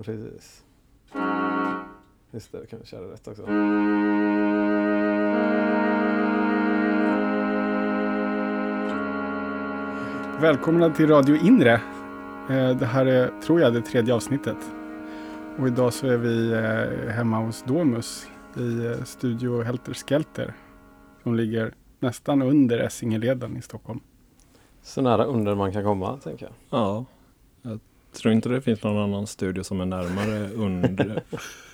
precis. Just det kan vi köra rätt också. Välkomna till Radio Inre. Det här är, tror jag, det 3:e avsnittet. Och idag så är vi hemma hos Domus i Studio Helter Skelter. Som ligger nästan under Essingeleden i Stockholm. Så nära under man kan komma, tänker jag. Ja, jag tror inte det finns någon annan studio som är närmare under.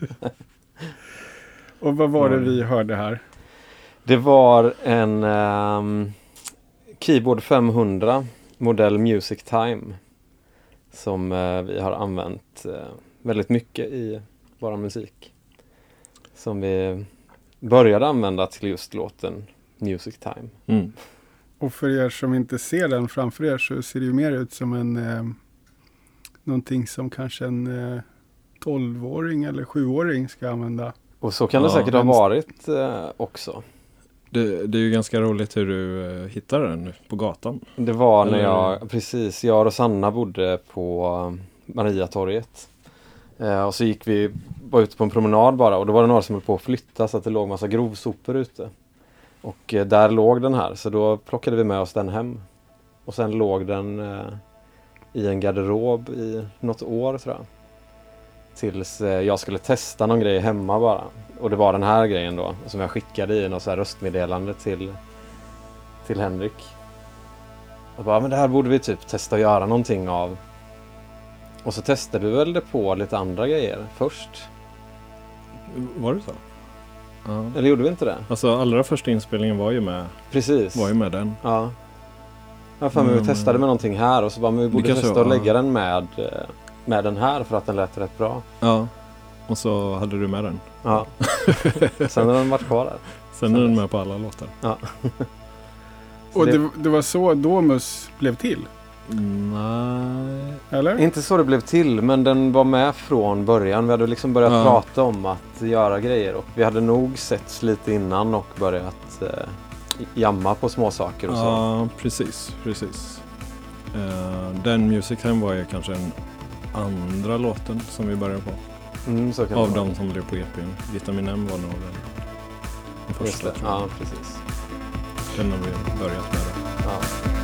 Och vad var det vi hörde här? Det var en Keyboard 500 modell Music Time som vi har använt väldigt mycket i vår musik. Som vi började använda till just låten Music Time. Mm. Och för er som inte ser den framför er så ser det ju mer ut som en någonting som kanske en 12-åring eller 7-åring ska använda. Och så kan det säkert ha varit också. Det är ju ganska roligt hur du hittade den på gatan. Det var när jag och Sanna bodde på Mariatorget. Och så gick vi bara ut på en promenad bara. Och då var det några som höll på att flytta så att det låg massa grovsopor ute. Och där låg den här. Så då plockade vi med oss den hem. Och sen låg den i en garderob i något år, tror jag. Tills jag skulle testa någon grej hemma bara. Och det var den här grejen då. Som jag skickade i något så här röstmeddelande till Henrik. Och bara, men det här borde vi typ testa att göra någonting av. Och så testade vi väl det på lite andra grejer först. Var det så? Ja. Eller gjorde vi inte det? Alltså allra första inspelningen var ju med. Precis. Var ju med den. Ja. Ja, för vi testade med någonting här och så bara, men vi borde testa att lägga den med den här för att den lät rätt bra. Ja. Och så hade du med den. Ja. Sen har den varit kvar där. Sen är den med på alla låtar. Ja. Och det var så Domus blev till? Nej. Eller? Inte så det blev till, men den var med från början. Vi hade liksom börjat prata om att göra grejer. Och vi hade nog setts lite innan och börjat jamma på små saker och så. Ja, precis. Den Music Time var ju kanske den andra låten som vi började på. Så kan av de som blev på EPn. Vitamin M var nog den första. Ja, precis. Den har vi börjat med. Ja.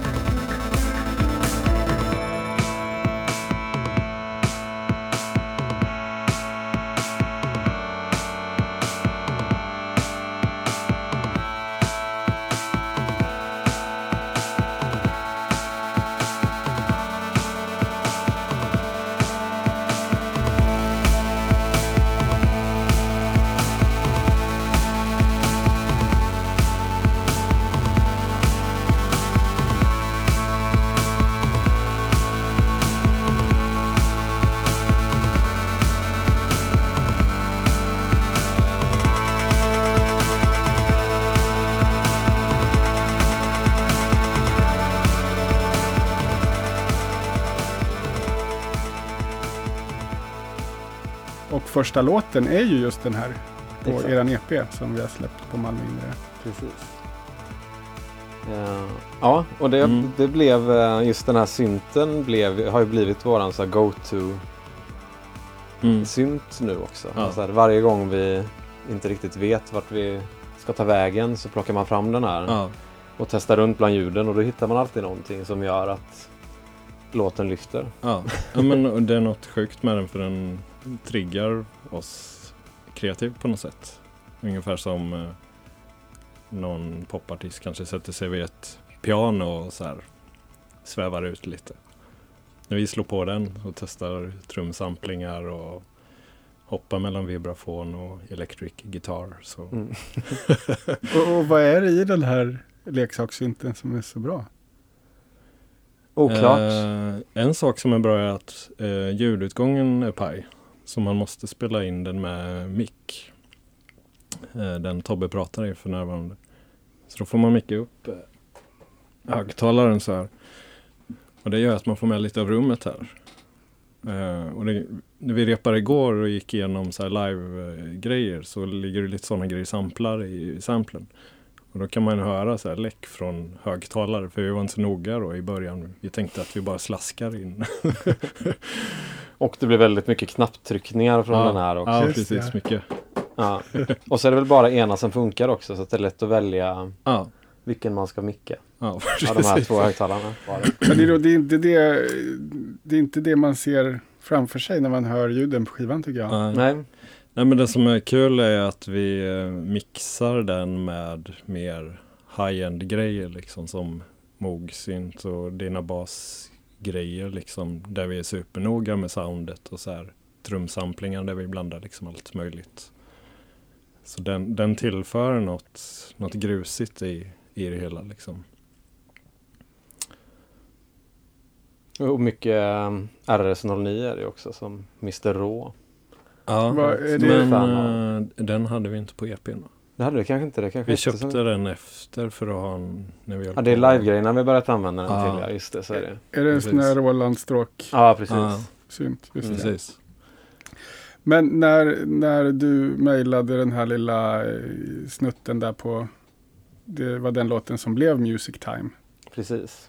Och första låten är ju just den här på eran EP som vi har släppt på Malmö Inre. Precis. Ja, och det blev just den här synten har ju blivit våran så här go-to synt nu också. Ja. Så här, varje gång vi inte riktigt vet vart vi ska ta vägen så plockar man fram den här och testar runt bland ljuden och då hittar man alltid någonting som gör att låten lyfter. Ja, men det är något sjukt med den för den triggar oss kreativt på något sätt. Ungefär som någon popartist kanske sätter sig vid ett piano och så här svävar ut lite. När vi slår på den och testar trumsamplingar och hoppar mellan vibrafon och electric guitar. Så. Och vad är det i den här leksakssynten som är så bra? Oklart. En sak som är bra är att ljudutgången är paj. Så man måste spela in den med mick. Den Tobbe pratar i för närvarande. Så då får man micka upp högtalaren så här. Och det gör att man får med lite av rummet här. Och när vi repade igår och gick igenom så här live-grejer så ligger det lite sådana grejer samplar i samplen. Och då kan man höra så här läck från högtalare, för vi var inte så noga då i början. Vi tänkte att vi bara slaskar in. Och det blir väldigt mycket knapptryckningar från den här också. Ja, Just precis. det. Mycket. Ja. Och så är det väl bara ena som funkar också, så att det är lätt att välja Ja, vilken man ska micka. ja, Av de här precis. 2 högtalarna. Men det är inte det man ser framför sig när man hör ljuden på skivan, tycker jag. Nej. Nej, Men det som är kul är att vi mixar den med mer high-end grejer liksom, som Moog-synt och dina basgrejer liksom, där vi är supernoga med soundet och så här trumsamplingar där vi blandar liksom allt möjligt. Så den tillför något grusigt i det hela liksom. och mycket RS09 är det också, som Mr. Rå. Ja, Vad är det? men den hade vi inte på EPn. Det hade du kanske inte. Det kanske Vi inte köpte som... den efter för att ha en... När vi Ja, det är live-grejerna vi börjat använda den Ja. till. Ja, just det, så är det. Är det en sån här Roland-stråk Ja, precis. Ja, synt? Just det. precis. Men när du mejlade den här lilla snutten där på, det var den låten som blev Music Time. Precis.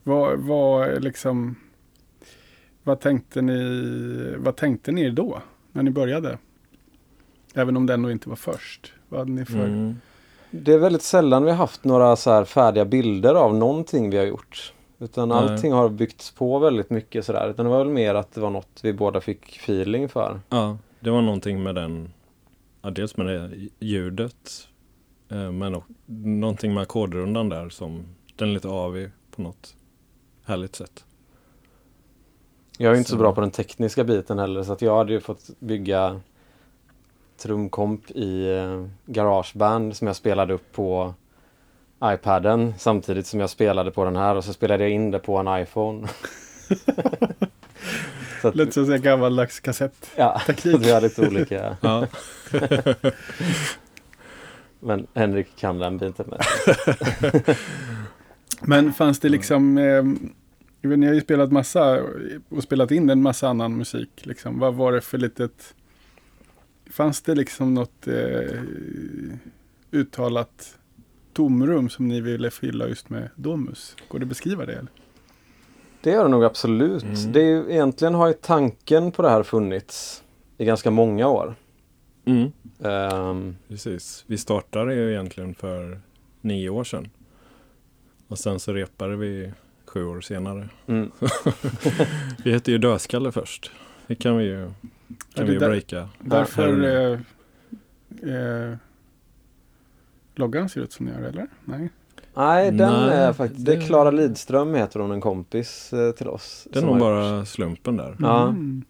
Vad tänkte ni då när ni började? Även om den nog inte var först. Vad hade ni för? Mm. Det är väldigt sällan vi har haft några så här färdiga bilder av någonting vi har gjort. Utan Nej. allting har byggts på väldigt mycket sådär. Utan det var väl mer att det var något vi båda fick feeling för. Ja, det var någonting med den, ja, dels med det ljudet, men också någonting med ackordrundan där som den är lite avig på något härligt sätt. Jag är ju inte så Så- bra på den tekniska biten heller, så att jag hade ju fått bygga trumkomp i GarageBand som jag spelade upp på iPaden samtidigt som jag spelade på den här, och så spelade jag in det på en iPhone. Så att, Lite så att säga gammaldags kassett. ja, så teknik. att vi har lite olika. Ja, Men Henrik kan den biten med. Men fanns det liksom, jag vet, ni har ju spelat massa och spelat in en massa annan musik. Liksom. Vad var det för litet, fanns det liksom något uttalat tomrum som ni ville fylla just med Domus? Går det att beskriva det? Eller? Det gör det nog absolut. Mm. Det är ju, egentligen har ju tanken på det här funnits i ganska många år. precis. Vi startade ju egentligen för 9 år sedan. Och sen så repade vi 7 år senare. Mm. Vi hette ju Dödskalle först. Det kan vi ju breaka. Därför loggan ser ut som ni gör, eller? Nej. Nej, den Nej, är faktiskt... Det är Klara Lidström, heter hon, en kompis till oss. Det är som nog har gjort. bara slumpen där. Ja. Mm.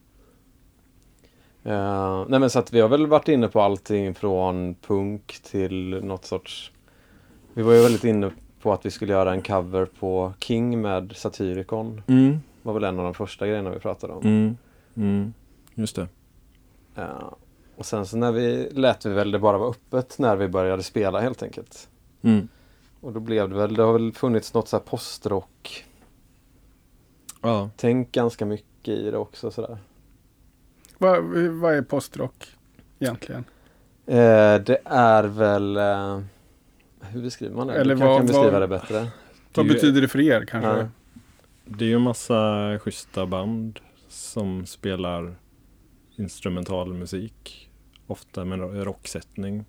Nej, men så att vi har väl varit inne på allting från punk till något sorts... Vi var ju väldigt inne på att vi skulle göra en cover på King med Satyricon. Mm. Var väl en av de första grejerna vi pratade om. Just det. Och sen så lät vi väl det bara vara öppet när vi började spela helt enkelt. Mm. Och då blev det har väl funnits något så här postrock. Ja. Tänk ganska mycket i det också sådär. Vad är postrock egentligen? Det är väl... hur beskriver man det? Eller Du kan vad- beskriva vad- det bättre. Vad ju- betyder det för er kanske? Ja. Det är ju en massa schyssta band som spelar instrumental musik. Ofta med rocksättning.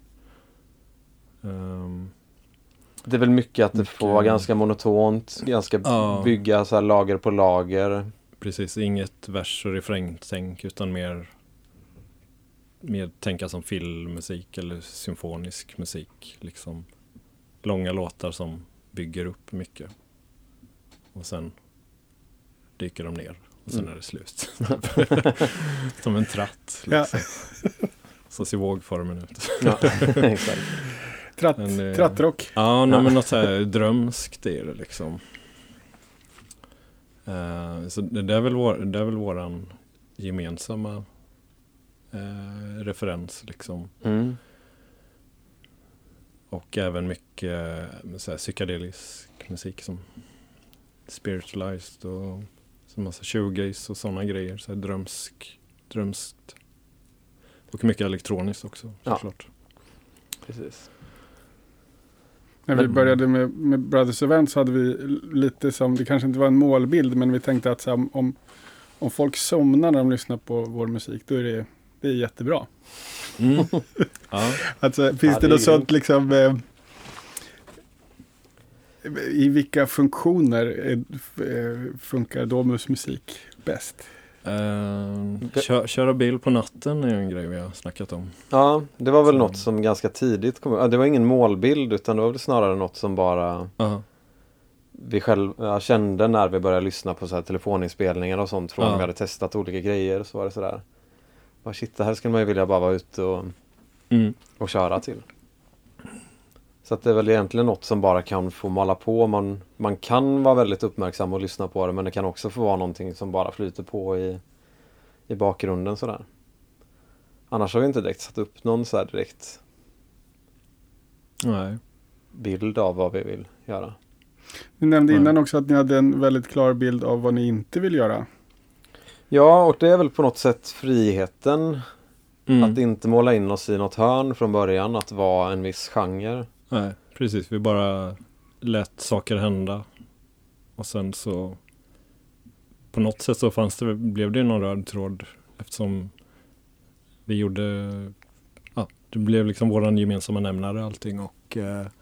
Det är väl mycket att det Mycket- får vara ganska monotont. Ganska Ja. bygga så här lager på lager. Precis, inget vers- och refrängtänk utan mer tänka som filmmusik eller symfonisk musik. Liksom långa låtar som bygger upp mycket. Och sen dyker de ner. Och sen är det slut. Som en tratt. Ja. Liksom. Så ser vågformen ut. Ja, exakt. Men, Trattrock. Ja, nej, men något så här drömskt är det liksom. Så det är väl våran gemensamma referens liksom. Mm. Och även mycket så här psykedelisk musik som Spiritualized och så massa shoegaze och sådana grejer. Så här drömskt. Och mycket elektroniskt också, Ja. såklart. Precis. När vi började med Brothers Event så hade vi lite som, det kanske inte var en målbild, men vi tänkte att så här, om om folk somnar när de lyssnar på vår musik, då är det är jättebra. Mm. Ja. Alltså, finns det något sånt liksom... I vilka funktioner funkar Domus musik bäst? Köra bil på natten är ju en grej vi har snackat om. Ja, det var väl något som ganska tidigt kom. Det var ingen målbild, utan det var väl snarare något som bara vi själva kände när vi började lyssna på så här telefoninspelningar och sånt från vi hade testat olika grejer, så var det sådär. Shit, det här skulle man ju vilja bara vara ute och köra till. Så att det är väl egentligen något som bara kan få mala på. Man kan vara väldigt uppmärksam och lyssna på det, men det kan också få vara någonting som bara flyter på i bakgrunden sådär. Annars har vi inte direkt satt upp någon så här direkt bild av vad vi vill göra. Ni nämnde innan också att ni hade en väldigt klar bild av vad ni inte vill göra. Ja, och det är väl på något sätt friheten. Att inte måla in oss i något hörn från början, att vara en viss genre. Nej, precis. Vi bara lät saker hända. Och sen så på något sätt så blev det någon röd tråd, eftersom vi gjorde, det blev liksom våran gemensamma nämnare allting, och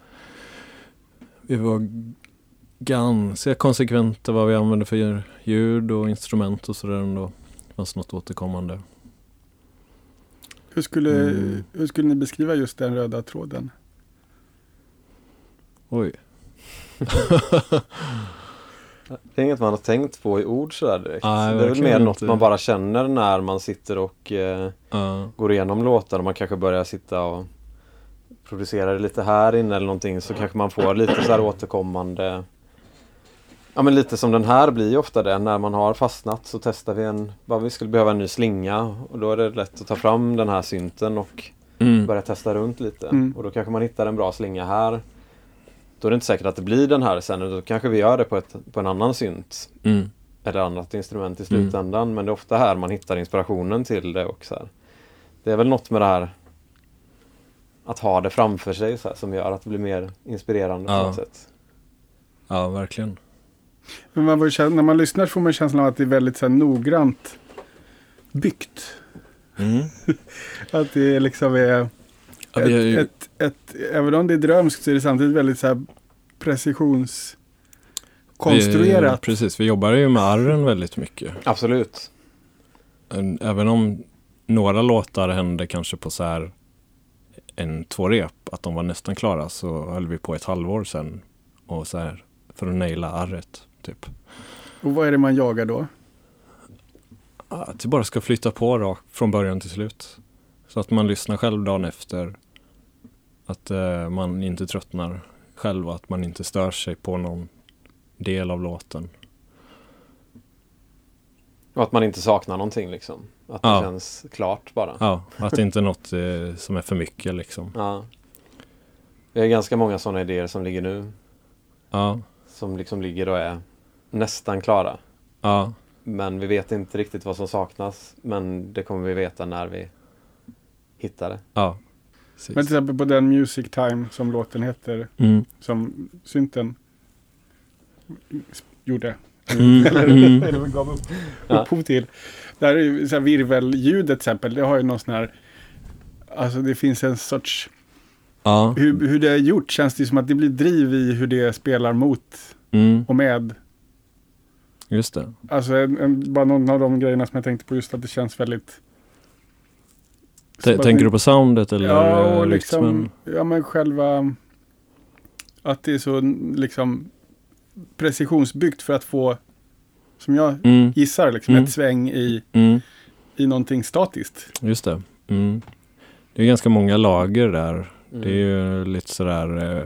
vi var ganska konsekventa vad vi använde för ljud och instrument och sådär ändå. Det fanns något återkommande. Hur skulle ni beskriva just den röda tråden? Oj. Det är inget man har tänkt på i ord sådär direkt. Nej, det är väl mer inte. något man bara känner när man sitter och går igenom låtar, och man kanske börjar sitta och producera det lite här inne eller någonting, så kanske man får lite så här återkommande. Ja, men lite som den här blir ju ofta det. När man har fastnat så testar vi vi skulle behöva en ny slinga, och då är det lätt att ta fram den här synten och börja testa runt lite. Och då kanske man hittar en bra slinga här. Då är det inte säkert att det blir den här sen, och då kanske vi gör det på en annan synt. Eller annat instrument i slutändan. Men det är ofta här man hittar inspirationen till det också. Det är väl något med det här att ha det framför sig så här, som gör att det blir mer inspirerande på något sätt. Ja, verkligen. Men när man lyssnar får man känslan av att det är väldigt så här noggrant byggt. Att det liksom är även om det är drömskt, så är det samtidigt väldigt så här precisionskonstruerat. Precis, vi jobbar ju med arren väldigt mycket. Absolut. Även om några låtar hände kanske på så här 1-2 rep, att de var nästan klara, så höll vi på ett halvår sen och så här för att naila arret typ. Och vad är det man jagar då? Att det bara ska flytta på rakt från början till slut. Så att man lyssnar själv dagen efter. Att man inte tröttnar själv, att man inte stör sig på någon del av låten. Och att man inte saknar någonting liksom. Att det känns klart bara. Ja, att det inte är något som är för mycket liksom. Ja. Vi har ganska många sådana idéer som ligger nu. Ja. Som liksom ligger och är nästan klara. Ja. Men vi vet inte riktigt vad som saknas. Men det kommer vi veta när vi hittar det. Ja. Men till exempel på den Music Time som låten heter, som synten gjorde. Eller gav upphov till. Där är ju så här virvelljudet till exempel. Det har ju någon sån här, alltså det finns en sorts hur det är gjort, känns det som att det blir driv i hur det spelar mot och med. Just det. Alltså bara någon av de grejerna som jag tänkte på, just att det känns väldigt. Tänker du på soundet eller? Ja, och liksom, men själva att det är så liksom precisionsbyggt för att få, som jag gissar, liksom ett sväng i någonting statiskt. Just det. Det är ganska många lager där. Det är ju lite sådär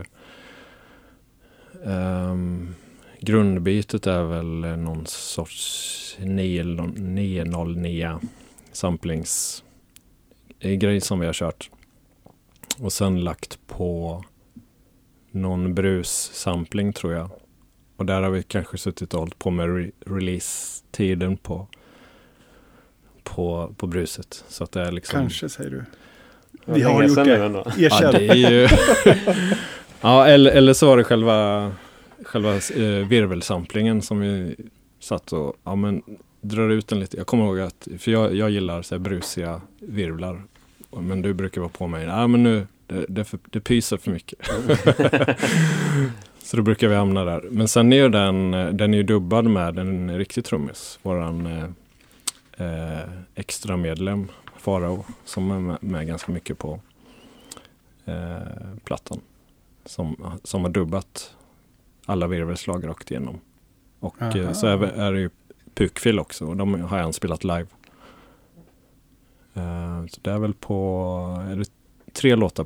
grundbytet är väl någon sorts 909 samplings grej som vi har kört. Och sen lagt på någon brus-sampling tror jag. Och där har vi kanske suttit och hållit på med release-tiden på bruset. Så att det är liksom. Kanske säger du. Vi har gjort det. Ja, det är ju. Ja, eller så var det själva virvelsamplingen som vi satt och, ja men drar ut den lite. Jag kommer ihåg att, för jag gillar så här brusiga virvlar. Men du brukar vara på mig. Nej, men nu, det pyser för mycket. Så då brukar vi hamna där. Men sen är ju den är ju dubbad med en riktig trummis. Våran extra medlem, Farao, som är med ganska mycket på plattan. Som har dubbat alla virvelslag rakt igenom. Och så är det ju Pukfil också. Och de har han spelat live. Så det är väl är det tre låtar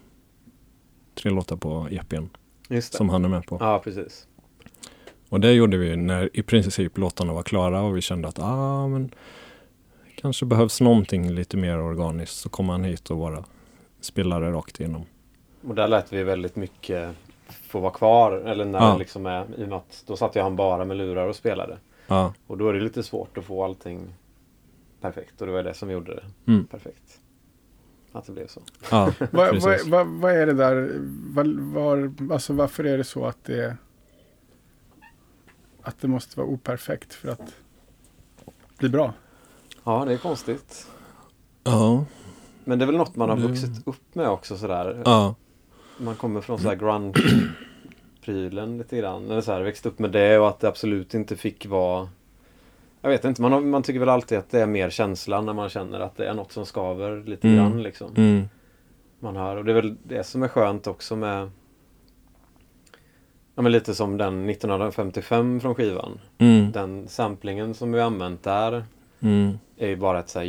på EP:n som han är med på. Ja, precis. Och det gjorde vi när i princip låtarna var klara och vi kände att men kanske behövs någonting lite mer organiskt, så kom han hit och bara spelade rakt igenom. Och där lät vi väldigt mycket få vara kvar, eller när det liksom är, i och med att då satt han bara med lurar och spelade. Ja. Och då är det lite svårt att få allting perfekt, och det var det som gjorde det perfekt. Att det blev så. Ja, vad är det där? Alltså varför är det så att det måste vara operfekt för att bli bra? Ja, det är konstigt. Ja. Men det är väl något man har vuxit upp med också sådär. Ja. Man kommer från sådär grunge-prylen lite grann. Eller såhär, växt upp med det, och att det absolut inte fick vara... Jag vet inte, man tycker väl alltid att det är mer känslan när man känner att det är något som skaver lite grann liksom. Man hör, och det är väl det som är skönt också med... Ja, men lite som den 1955 från skivan. Den samplingen som vi har använt där är ju bara ett så här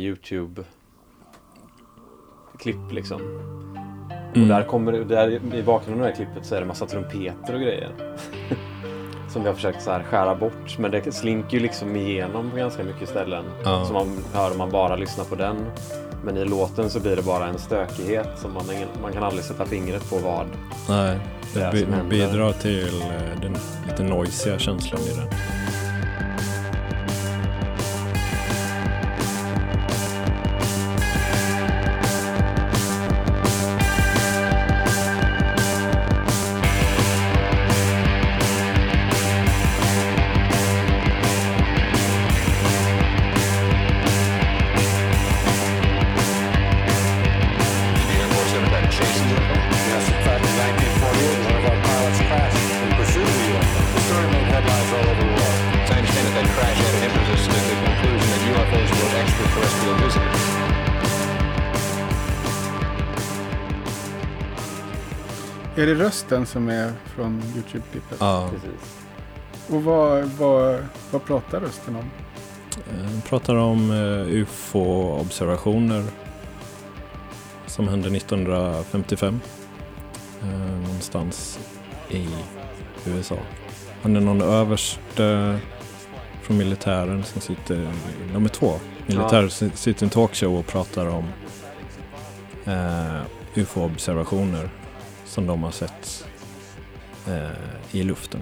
YouTube-klipp liksom. Och där i bakgrunden av det här klippet så är det massa trumpeter och grejer. Som vi har försökt så här skära bort. Men det slinker ju liksom igenom på ganska mycket ställen. Som man hör om man bara lyssnar på den. Men i låten så blir det bara en stökighet som man kan aldrig sätta fingret på vad. Nej, det bidrar till den lite noisiga känslan i den. Är det rösten som är från YouTube-klippet? Ja. Precis. Och vad pratar rösten om? Den pratar om UFO-observationer som hände 1955 någonstans i USA. Han är någon överste från militären som sitter, de är två militärer sitter i en talkshow och pratar om UFO-observationer som de har sett i luften.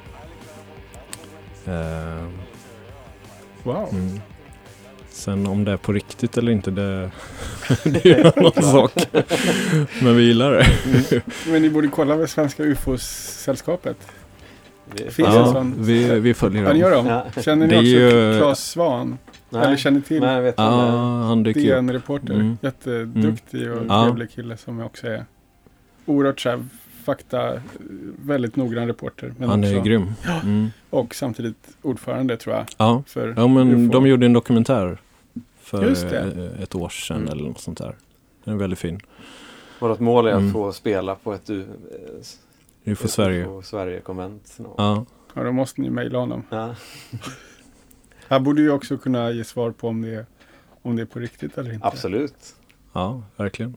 Wow. Sen om det är på riktigt eller inte, det är ju en annan sak. Men vi gillar det. Men ni borde kolla med Svenska UFO-sällskapet. Finns en sån? Vi följer dem. Ni gör dem? Ja. Känner ni också Claes Svan? Nej. Eller känner till? Nej, jag vet inte. Han dyker Det är en reporter. Jätteduktig och trevlig kille som också är oerhört så här, fakta, väldigt noggrann reporter. Men han är också, grym. Och samtidigt ordförande tror jag. Ja, men UFO. De gjorde en dokumentär för ett år sedan eller något sånt där. Den är väldigt fin. Vårt mål är att få spela på ett UFO Sverige-konvent. Ja, då måste ni mejla honom. Ja. Här borde ju också kunna ge svar på om det är på riktigt eller inte. Absolut. Ja, verkligen.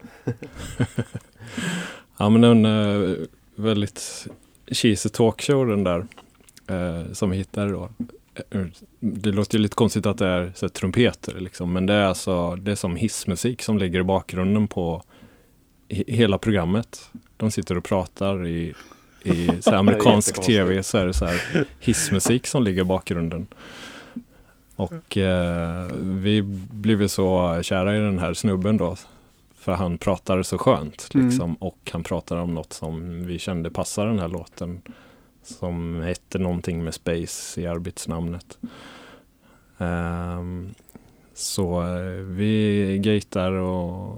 Ja, men den väldigt cheesy talkshow den där som vi hittade då. Det låter ju lite konstigt att det är så här, trumpeter liksom, men det är som hissmusik som ligger i bakgrunden på hela programmet. De sitter och pratar i så här, amerikansk tv, så är det så här hissmusik som ligger i bakgrunden. Och vi blev så kära i den här snubben då. För han pratar så skönt liksom, och han pratar om något som vi kände passar den här låten, som hette någonting med space i arbetsnamnet. Så vi gatar och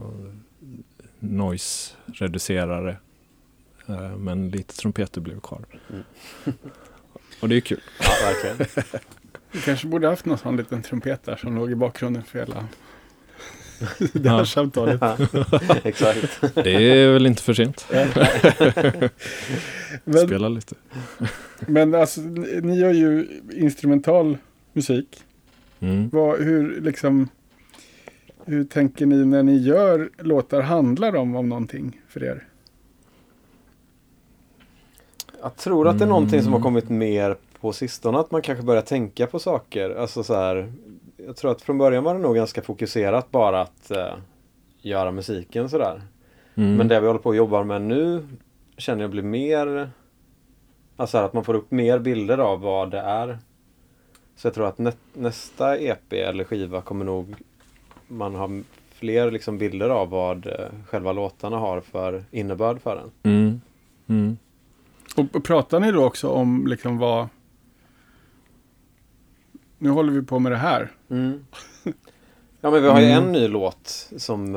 noise-reducerare. Men lite trumpeter blev kvar. Och det är kul. Ja, verkligen. Vi kanske borde haft någon sån liten trumpet där som låg i bakgrunden för hela det här samtalet. Exakt. Det är väl inte för sent. Spela lite. Men alltså, ni gör ju instrumental musik. Hur tänker ni när ni gör låtar? Handlar de om någonting för er? Jag tror att det är någonting som har kommit mer på sistone, att man kanske börjar tänka på saker. Alltså så här, jag tror att från början var det nog ganska fokuserat bara att göra musiken sådär. Men det vi håller på att jobba med nu känner jag blir mer, alltså att man får upp mer bilder av vad det är. Så jag tror att nästa EP eller skiva kommer nog man ha fler liksom bilder av vad själva låtarna har för innebörd för den. Och pratar ni då också om liksom vad... Nu håller vi på med det här. Ja, men vi har ju en ny låt som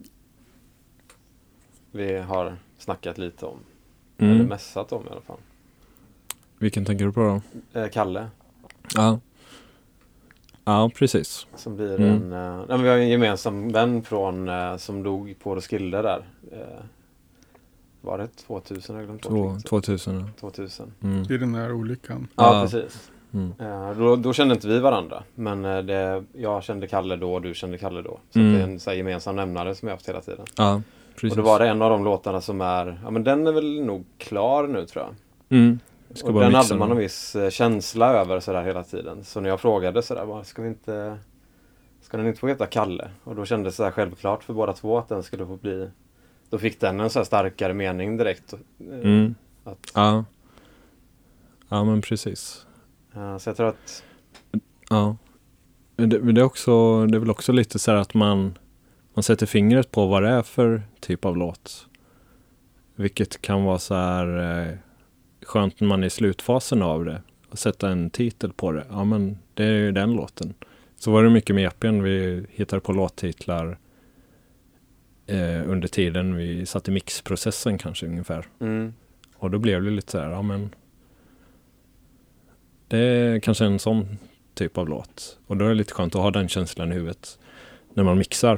vi har snackat lite om. Eller mässat om i alla fall. Vilken tänker du på då? Kalle. Ja, precis. Som blir vi har en gemensam vän från som dog på Roskilde där. Var det 2000? Jag glömt 2000. 2000. Det är den här olyckan. Ja, precis. Då kände inte vi varandra. Men jag kände Kalle då och du kände Kalle då. Så det är en så här gemensam nämnare som jag haft hela tiden. Ja, precis. Och då var det en av de låtarna som är... Ja, men den är väl nog klar nu, tror jag. Och den hade man en viss känsla över sådär hela tiden. Så när jag frågade sådär, ska den inte få heta Kalle? Och då kändes det så här självklart för båda två att den skulle få bli... Då fick den en så här starkare mening direkt. Ja, men precis. Så jag tror att... Ja. Men det är väl också lite så här att man sätter fingret på vad det är för typ av låt. Vilket kan vara så här skönt när man är i slutfasen av det. Och sätta en titel på det. Ja, men det är ju den låten. Så var det mycket med EP:n. Vi hittade på låttitlar under tiden vi satt i mixprocessen kanske ungefär. Och då blev det lite så här, ja men det är kanske en sån typ av låt. Och då är det lite skönt att ha den känslan i huvudet när man mixar.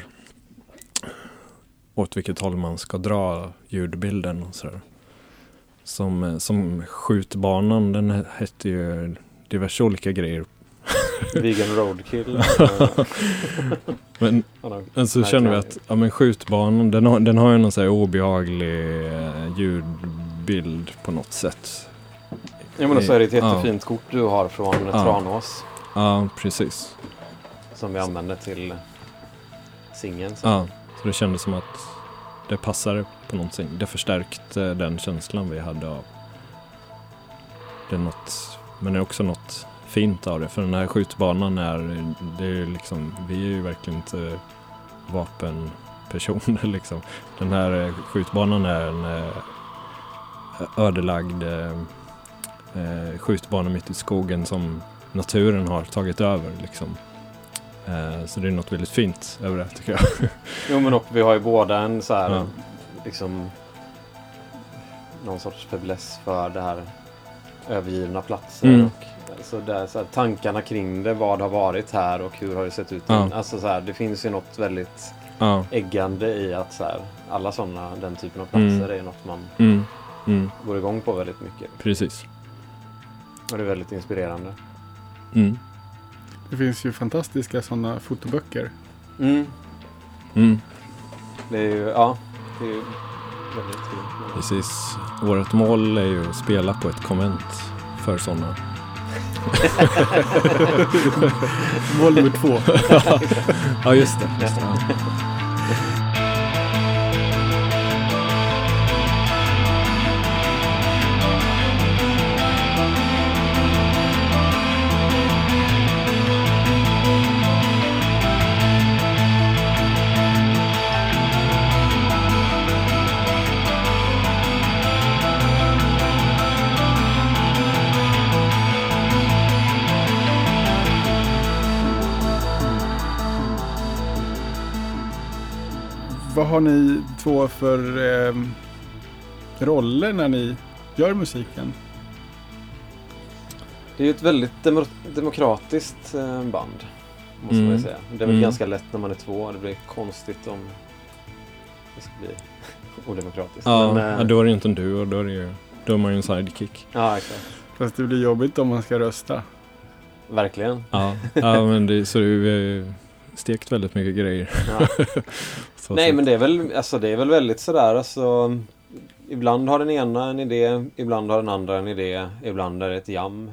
Åt vilket håll man ska dra ljudbilden och sådär. Som skjutbanan, den hette ju diverse olika grejer. Vegan Roadkill. men så känner vi att skjutbanan, den har ju någon så här obehaglig ljudbild på något sätt. Ja, men så är det ett jättefint kort du har från Tranås. Ja, precis. Som vi använder till singeln. Ja, så det kändes som att det passade på någonting. Det förstärkte den känslan vi hade av det något, men det är också något fint av det. För den här skjutbanan det är liksom, vi är ju verkligen inte vapenpersoner liksom. Den här skjutbanan är en ödelagd skjutbana mitt i skogen som naturen har tagit över liksom. Så det är något väldigt fint över det, tycker jag. Jo, men och vi har ju båda en så här liksom någon sorts fäbless för det här övergivna platser och så där, så här, tankarna kring det, vad har varit här och hur har det sett ut. Alltså så här, det finns ju något väldigt äggande i att så här, alla sådana, den typen av platser är något man går igång på väldigt mycket. Precis. Och det är väldigt inspirerande. Det finns ju fantastiska sådana fotoböcker. Det är ju, det är ju väldigt fint. Precis. Vårt mål är ju att spela på ett konvent för sådana. Mål nummer 2. Ja, just det. vad har ni två för roller när ni gör musiken? Det är ju ett väldigt demokratiskt band, måste man ju säga. Det är väl ganska lätt när man är två. Det blir konstigt om det ska bli odemokratiskt. Ja, men, då är det inte en duo, då är man ju en sidekick. Ja, exakt. Fast det blir jobbigt om man ska rösta. Verkligen. Ja, men det är stekt väldigt mycket grejer. Ja. Nej, men det är väl väldigt sådär, alltså, ibland har den ena en idé, ibland har den andra en idé, ibland är det ett jam.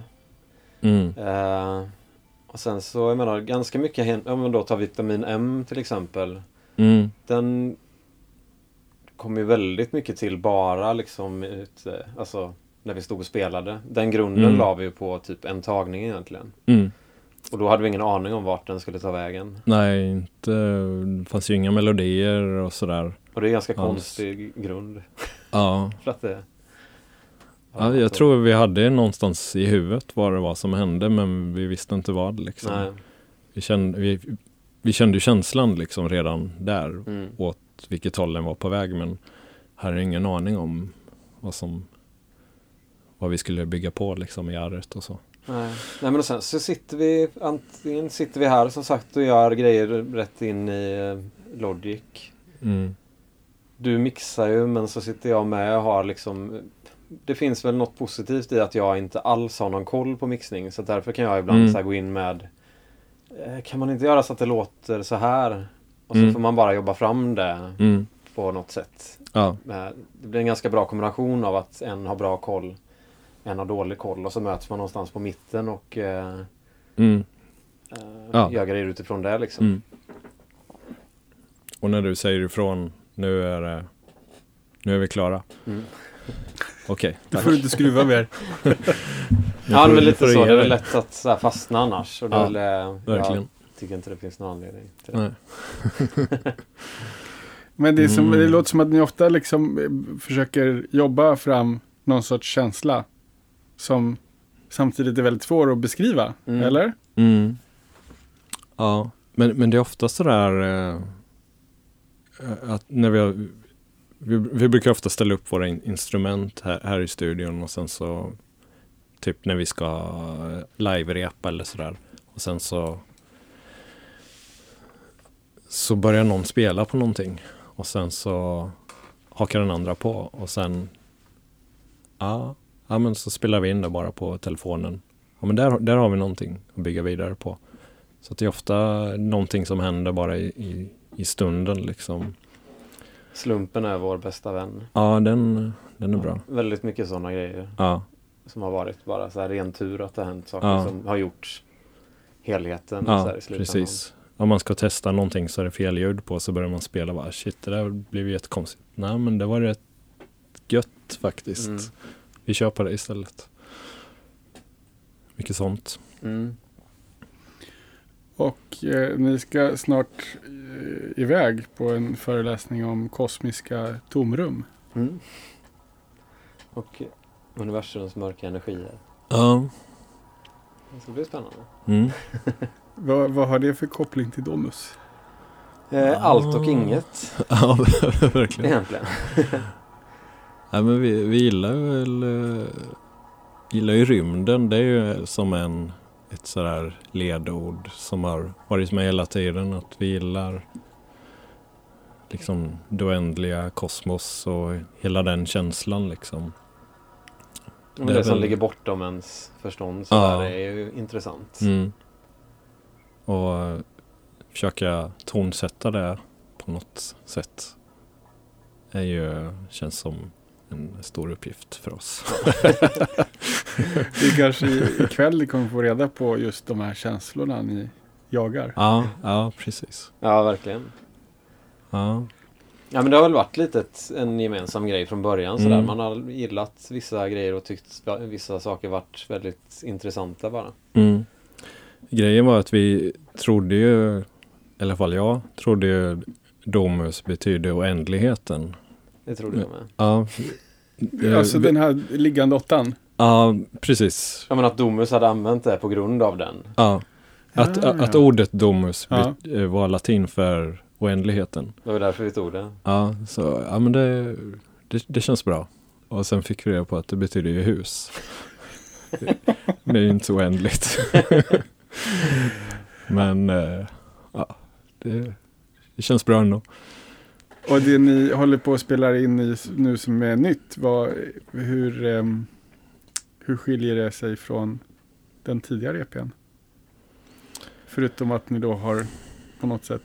Och sen så, jag menar, ganska mycket, om man då tar Vitamin M till exempel, den kom ju väldigt mycket till bara liksom alltså när vi stod och spelade. Den grunden la vi ju på typ en tagning egentligen. Och då hade vi ingen aning om vart den skulle ta vägen. Nej, det fanns ju inga melodier och sådär. Och det är ganska konstig grund. Ja. För att det... Ja, jag tror vi hade någonstans i huvudet vad det var som hände, men vi visste inte vad liksom. Nej. Vi kände ju känslan liksom redan där åt vilket håll den var på väg, men här är ingen aning om vad vi skulle bygga på liksom i arret och så. Nej, men sen så sitter vi här som sagt och gör grejer rätt in i Logic. Du mixar ju, men så sitter jag med och har liksom, det finns väl något positivt i att jag inte alls har någon koll på mixning, så därför kan jag ibland så här gå in med, kan man inte göra så att det låter så här, och så får man bara jobba fram det på något sätt. Ja. Det blir en ganska bra kombination av att en har bra koll, en har dålig koll, och så möts man någonstans på mitten och gör grejer utifrån det liksom. Och när du säger ifrån, nu är vi klara. Okej, Du får inte skruva mer. Ja, men lite så. Det är väl lätt att så här fastna annars. Och det verkligen. Jag tycker inte det finns någon anledning till det. Nej. Men det låter som att ni ofta liksom försöker jobba fram någon sorts känsla som samtidigt är väldigt svår att beskriva, eller? Ja, men det är ofta sådär att när vi brukar ofta ställa upp våra instrument här i studion, och sen så typ när vi ska live-repa eller sådär, och sen så börjar någon spela på någonting, och sen så hakar den andra på, och sen men så spelar vi in det bara på telefonen. Ja, men där har vi någonting att bygga vidare på. Så att det är ofta någonting som händer bara i stunden liksom. Slumpen är vår bästa vän. Ja, den är bra. Väldigt mycket sådana grejer. Ja. Som har varit bara så här ren tur att det har hänt saker som har gjort helheten så här i slutändan. Precis. Om man ska testa någonting så är det fel ljud på, så börjar man spela bara, shit, det där blev jättekonstigt. Nej, men det var rätt gött faktiskt. Vi kör på det istället. Mycket sånt. Och ni ska snart iväg på en föreläsning om kosmiska tomrum. Och universums mörka energier. Ja. Det ska bli spännande. Vad har det för koppling till Domus? Allt och inget. Ja, verkligen. Egentligen. Ja, men vi gillar ju rymden. Det är ju som ett sådär ledord som har varit med hela tiden, att vi gillar liksom det oändliga kosmos och hela den känslan liksom. Det som ligger bortom ens förstånd så där är ju intressant. Och försöka tonsätta det på något sätt känns som en stor uppgift för oss. Det är kanske ikväll ni kommer få reda på just de här känslorna ni jagar. Ja, precis. Ja, verkligen. Ja, men det har väl varit lite en gemensam grej från början. Sådär. Man har gillat vissa grejer och tyckt vissa saker varit väldigt intressanta bara. Grejen var att vi trodde ju, i alla fall jag trodde ju, Domus betyder oändligheten. Det trodde jag med. Ja. Alltså den här liggande åttan? Ja, precis. Ja, men att Domus hade använt det på grund av den. Ja. Att ordet Domus var latin för oändligheten. Det var därför vi tog det. Ja, så ja, men det känns bra. Och sen fick vi reda på att det betyder ju hus. Det är ju inte så oändligt. Men ja, det känns bra ändå. Och det ni håller på att spela in i nu som är nytt, hur skiljer det sig från den tidigare EP:n? Förutom att ni då har på något sätt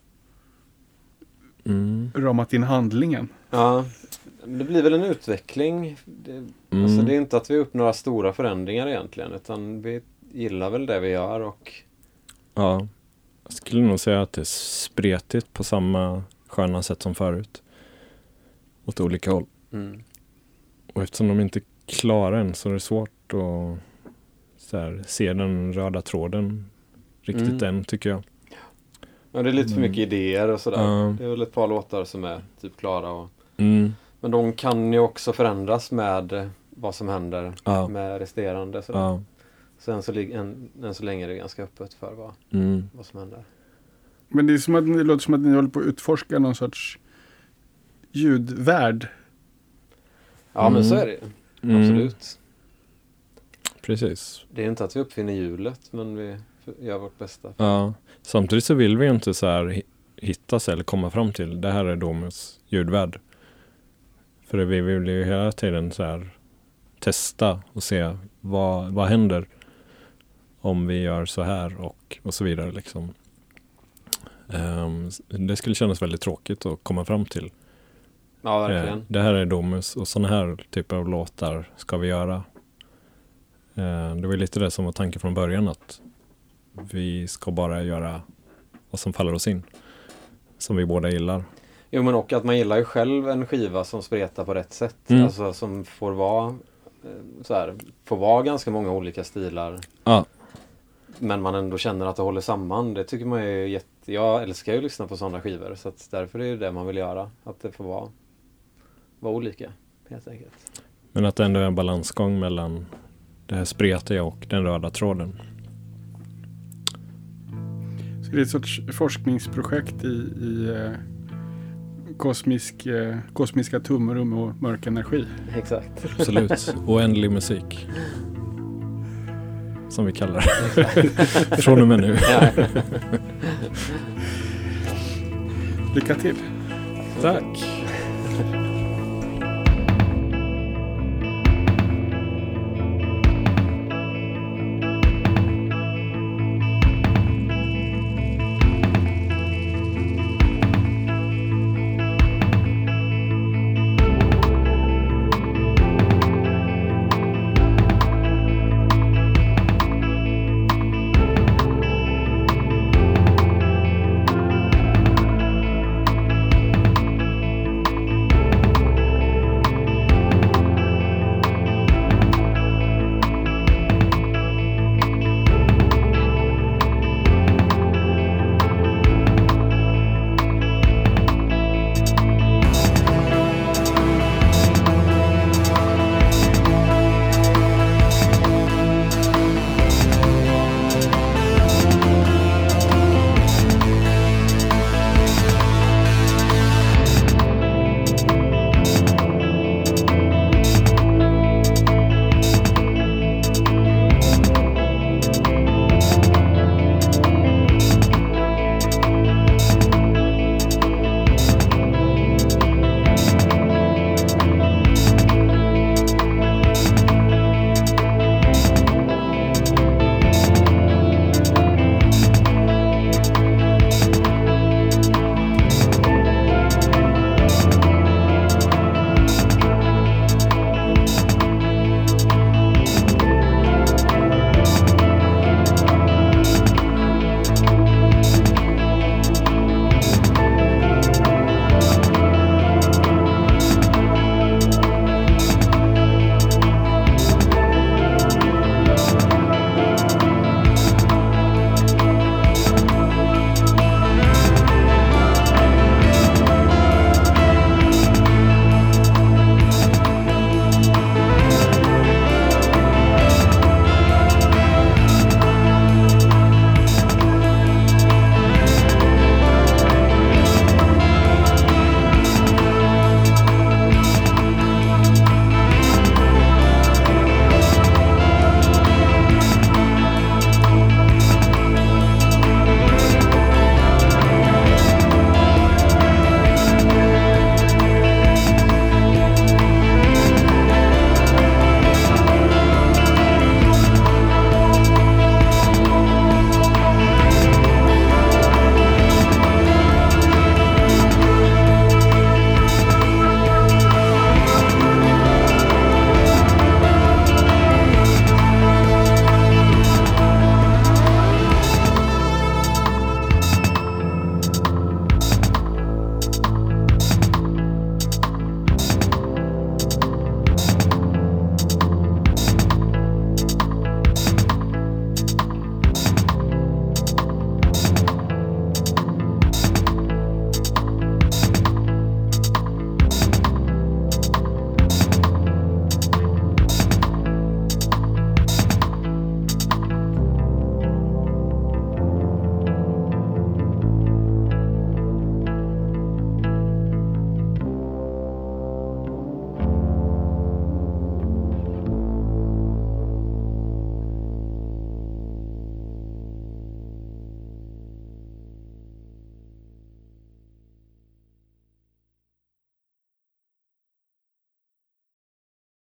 ramat in handlingen. Ja, det blir väl en utveckling. Alltså det är inte att vi har upp några stora förändringar egentligen, utan vi gillar väl det vi gör. Och ja, jag skulle nog säga att det är spretigt på samma sköna sätt som förut. Åt olika håll. Och eftersom de inte är klara än så är det svårt att så här, se den röda tråden riktigt än, tycker jag. Ja, det är lite för mycket idéer och sådär. Det är väl ett par låtar som är typ klara. Och men de kan ju också förändras med vad som händer med resterande. Sådär. Så än så länge är det ganska öppet för vad som händer. Men det är som att det låter som att ni håller på att utforska någon sorts ljudvärld. Ja, men så är det. Absolut. Precis. Det är inte att vi uppfinner hjulet, men vi gör vårt bästa. Ja, samtidigt så vill vi inte så här hittas eller komma fram till det här är Domus ljudvärld. För vi vill ju hela tiden så här testa och se vad händer om vi gör så här och så vidare liksom. Det skulle kännas väldigt tråkigt att komma fram till. Ja, verkligen. Det här är Domus och sådana här typer av låtar ska vi göra. Det var lite det som var tanken från början, att vi ska bara göra vad som faller oss in. Som vi båda gillar. Jo, men och att man gillar ju själv en skiva som spretar på rätt sätt. Alltså som får vara ganska många olika stilar. Ja. Men man ändå känner att det håller samman. Det tycker man är jag älskar ju att lyssna på sådana skivor. Så att därför är det det man vill göra. Att det får vara olika, helt enkelt. Men att det ändå är en balansgång mellan det här spretiga och den röda tråden. Så det är ett sorts forskningsprojekt i kosmiska tomrum och mörk energi. Exakt. Absolut. Oändlig musik. Som vi kallar det. Från och med nu. Lycka till. Tack.